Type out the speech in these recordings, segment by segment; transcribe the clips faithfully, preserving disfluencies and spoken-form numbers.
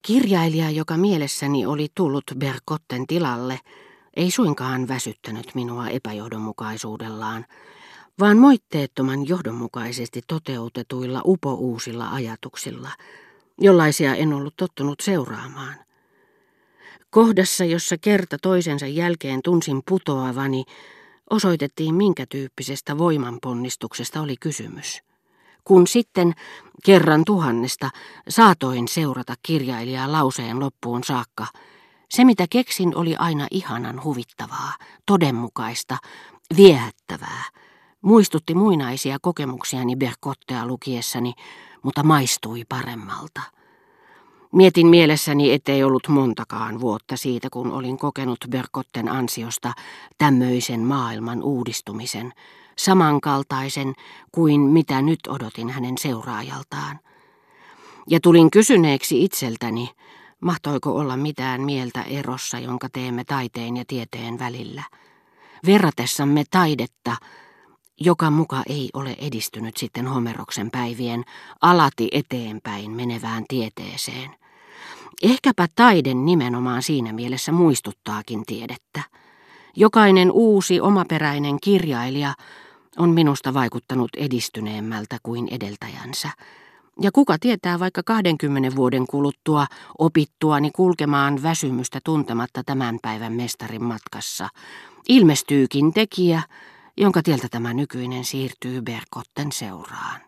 Kirjailija, joka mielessäni oli tullut Bergotten tilalle, ei suinkaan väsyttänyt minua epäjohdonmukaisuudellaan, vaan moitteettoman johdonmukaisesti toteutetuilla upouusilla ajatuksilla, jollaisia en ollut tottunut seuraamaan. Kohdassa, jossa kerta toisensa jälkeen tunsin putoavani, osoitettiin minkä tyyppisestä voimanponnistuksesta oli kysymys. Kun sitten kerran tuhannesta saatoin seurata kirjailijaa lauseen loppuun saakka, se mitä keksin oli aina ihanan huvittavaa, todenmukaista, viehättävää. Muistutti muinaisia kokemuksiani Bergottea lukiessani, mutta maistui paremmalta. Mietin mielessäni, ettei ollut montakaan vuotta siitä, kun olin kokenut Bergotten ansiosta tämmöisen maailman uudistumisen, samankaltaisen kuin mitä nyt odotin hänen seuraajaltaan. Ja tulin kysyneeksi itseltäni, mahtoiko olla mitään mieltä erossa, jonka teemme taiteen ja tieteen välillä. Verratessamme taidetta, joka muka ei ole edistynyt sitten Homeroksen päivien, alati eteenpäin menevään tieteeseen. Ehkäpä taide nimenomaan siinä mielessä muistuttaakin tiedettä. Jokainen uusi omaperäinen kirjailija on minusta vaikuttanut edistyneemmältä kuin edeltäjänsä. Ja kuka tietää vaikka kahdenkymmenen vuoden kuluttua opittuani kulkemaan väsymystä tuntematta tämän päivän mestarin matkassa, ilmestyykin tekijä, jonka tieltä tämä nykyinen siirtyy Bergotten seuraan.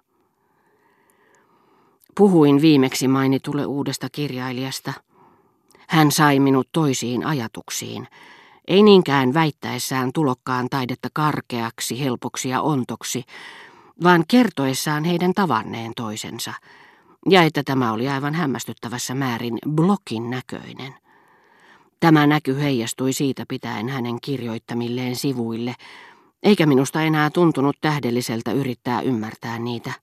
Puhuin viimeksi mainitulle uudesta kirjailijasta. Hän sai minut toisiin ajatuksiin, ei niinkään väittäessään tulokkaan taidetta karkeaksi, helpoksi ja ontoksi, vaan kertoessaan heidän tavanneen toisensa, ja että tämä oli aivan hämmästyttävässä määrin blokin näköinen. Tämä näky heijastui siitä pitäen hänen kirjoittamilleen sivuille, eikä minusta enää tuntunut tähdelliseltä yrittää ymmärtää niitä.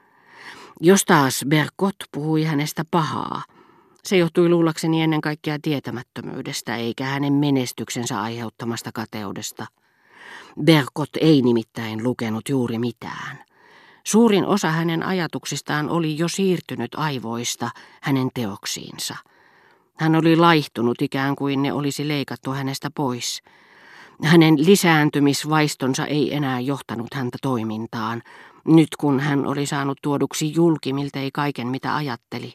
Jos taas Bergot puhui hänestä pahaa, se johtui luullakseni ennen kaikkea tietämättömyydestä eikä hänen menestyksensä aiheuttamasta kateudesta. Bergot ei nimittäin lukenut juuri mitään. Suurin osa hänen ajatuksistaan oli jo siirtynyt aivoista hänen teoksiinsa. Hän oli laihtunut ikään kuin ne olisi leikattu hänestä pois. Hänen lisääntymisvaistonsa ei enää johtanut häntä toimintaan, nyt kun hän oli saanut tuoduksi julki miltei kaiken mitä ajatteli.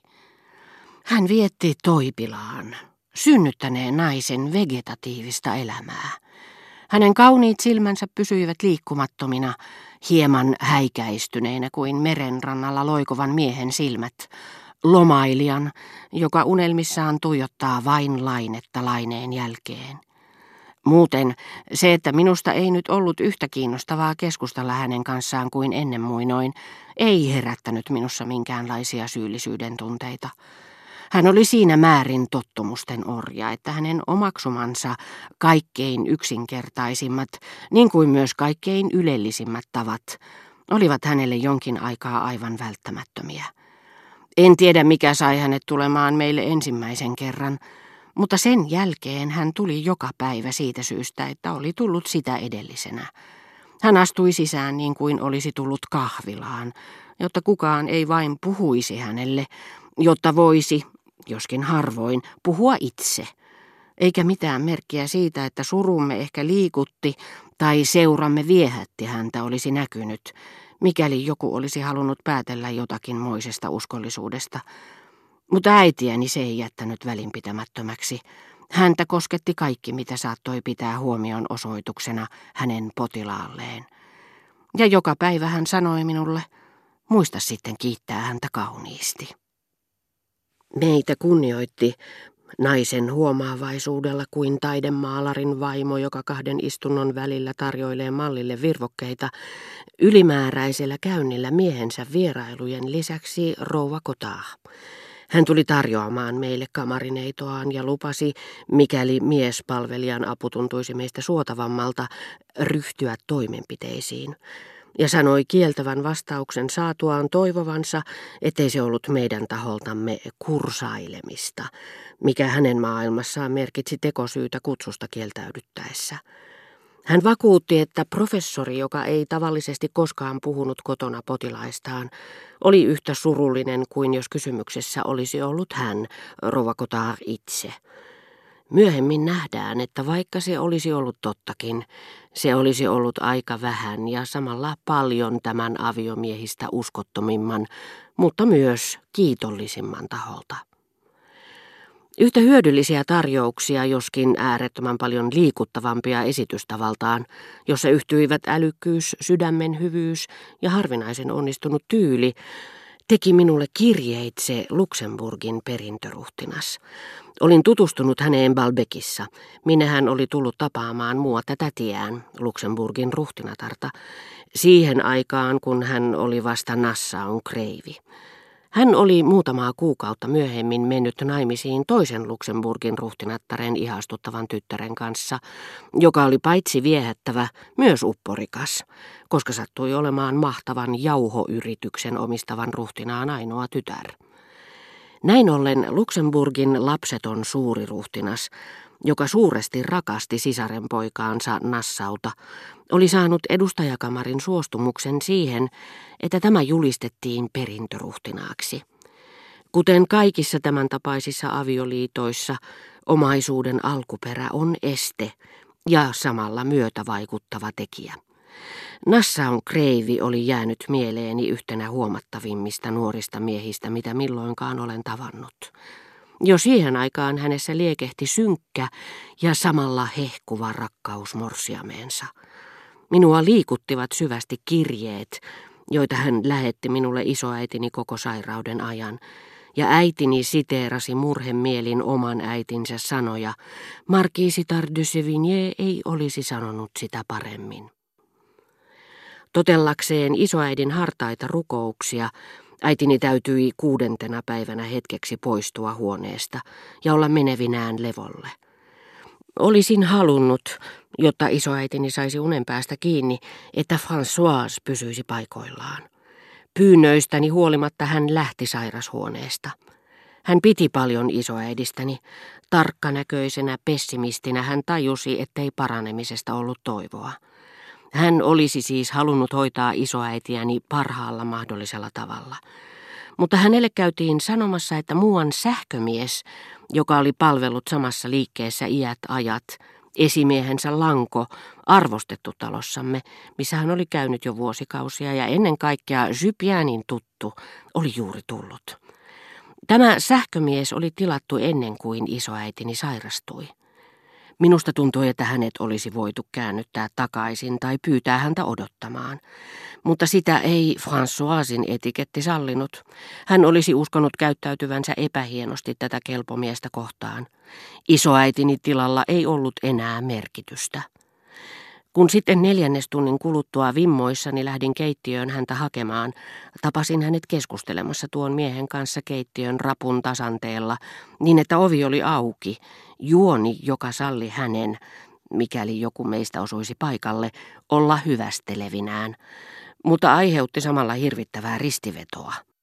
Hän vietti Toipilaan, synnyttäneen naisen vegetatiivista elämää. Hänen kauniit silmänsä pysyivät liikkumattomina, hieman häikäistyneinä kuin merenrannalla loikovan miehen silmät, lomailijan, joka unelmissaan tuijottaa vain lainetta laineen jälkeen. Muuten se, että minusta ei nyt ollut yhtä kiinnostavaa keskustella hänen kanssaan kuin ennen muinoin, ei herättänyt minussa minkäänlaisia syyllisyyden tunteita. Hän oli siinä määrin tottumusten orja, että hänen omaksumansa kaikkein yksinkertaisimmat, niin kuin myös kaikkein ylellisimmät tavat, olivat hänelle jonkin aikaa aivan välttämättömiä. En tiedä, mikä sai hänet tulemaan meille ensimmäisen kerran, mutta sen jälkeen hän tuli joka päivä siitä syystä, että oli tullut sitä edellisenä. Hän astui sisään niin kuin olisi tullut kahvilaan, jotta kukaan ei vain puhuisi hänelle, jotta voisi, joskin harvoin, puhua itse. Eikä mitään merkkiä siitä, että surumme ehkä liikutti tai seuramme viehätti häntä olisi näkynyt, mikäli joku olisi halunnut päätellä jotakin moisesta uskollisuudesta. Mutta äitiäni se ei jättänyt välinpitämättömäksi. Häntä kosketti kaikki, mitä saattoi pitää huomion osoituksena hänen potilaalleen. Ja joka päivä hän sanoi minulle, muista sitten kiittää häntä kauniisti. Meitä kunnioitti naisen huomaavaisuudella kuin taidemaalarin vaimo, joka kahden istunnon välillä tarjoilee mallille virvokkeita, ylimääräisellä käynnillä miehensä vierailujen lisäksi rouva Cotard. Hän tuli tarjoamaan meille kamarineitoaan ja lupasi, mikäli miespalvelijan apu tuntuisi meistä suotavammalta, ryhtyä toimenpiteisiin. Ja sanoi kieltävän vastauksen saatuaan toivovansa, ettei se ollut meidän taholtamme kursailemista, mikä hänen maailmassaan merkitsi tekosyytä kutsusta kieltäydyttäessä. Hän vakuutti, että professori, joka ei tavallisesti koskaan puhunut kotona potilaistaan, oli yhtä surullinen kuin jos kysymyksessä olisi ollut hän, rouva Cotard itse. Myöhemmin nähdään, että vaikka se olisi ollut tottakin, se olisi ollut aika vähän ja samalla paljon tämän aviomiehistä uskottomimman, mutta myös kiitollisimman taholta. Yhtä hyödyllisiä tarjouksia, joskin äärettömän paljon liikuttavampia esitystavaltaan, jossa yhtyivät älykkyys, sydämen hyvyys ja harvinaisen onnistunut tyyli, teki minulle kirjeitse Luxemburgin perintöruhtinas. Olin tutustunut häneen Balbekissa, minne hän oli tullut tapaamaan muuta tätiään, Luxemburgin ruhtinatarta, siihen aikaan kun hän oli vasta Nassaun kreivi. Hän oli muutamaa kuukautta myöhemmin mennyt naimisiin toisen Luxemburgin ruhtinattaren ihastuttavan tyttären kanssa, joka oli paitsi viehättävä, myös upporikas, koska sattui olemaan mahtavan jauhoyrityksen omistavan ruhtinaan ainoa tytär. Näin ollen Luxemburgin lapseton suuri ruhtinas, joka suuresti rakasti sisarenpoikaansa Nassauta, oli saanut edustajakamarin suostumuksen siihen, että tämä julistettiin perintöruhtinaaksi. Kuten kaikissa tämän tapaisissa avioliitoissa, omaisuuden alkuperä on este ja samalla myötävaikuttava tekijä. Nassaun kreivi oli jäänyt mieleeni yhtenä huomattavimmista nuorista miehistä, mitä milloinkaan olen tavannut. Jo siihen aikaan hänessä liekehti synkkä ja samalla hehkuva rakkaus morsiameensa. Minua liikuttivat syvästi kirjeet, joita hän lähetti minulle isoäitini koko sairauden ajan, ja äitini siteerasi murhemielin oman äitinsä sanoja. Marquisitar de Sévigné ei olisi sanonut sitä paremmin. Totellakseen isoäidin hartaita rukouksia, äitini täytyi kuudentena päivänä hetkeksi poistua huoneesta ja olla menevinään levolle. Olisin halunnut, jotta isoäitini saisi unen päästä kiinni, että Françoise pysyisi paikoillaan. Pyynnöistäni huolimatta hän lähti sairashuoneesta. Hän piti paljon isoäidistäni. Tarkkanäköisenä pessimistinä hän tajusi, ettei paranemisesta ollut toivoa. Hän olisi siis halunnut hoitaa isoäitiäni parhaalla mahdollisella tavalla. Mutta hänelle käytiin sanomassa, että muuan sähkömies, joka oli palvellut samassa liikkeessä iät ajat, esimiehensä Lanko, arvostettu talossamme, missä hän oli käynyt jo vuosikausia ja ennen kaikkea Jypianin tuttu, oli juuri tullut. Tämä sähkömies oli tilattu ennen kuin isoäitini sairastui. Minusta tuntui, että hänet olisi voitu käännyttää takaisin tai pyytää häntä odottamaan. Mutta sitä ei Françoisin etiketti sallinut. Hän olisi uskonut käyttäytyvänsä epähienosti tätä kelpomiestä kohtaan. Isoäitini tilalla ei ollut enää merkitystä. Kun sitten neljännestunnin kuluttua vimmoissani lähdin keittiöön häntä hakemaan, tapasin hänet keskustelemassa tuon miehen kanssa keittiön rapun tasanteella, niin että ovi oli auki, juoni, joka salli hänen, mikäli joku meistä osuisi paikalle, olla hyvästelevinään, mutta aiheutti samalla hirvittävää ristivetoa.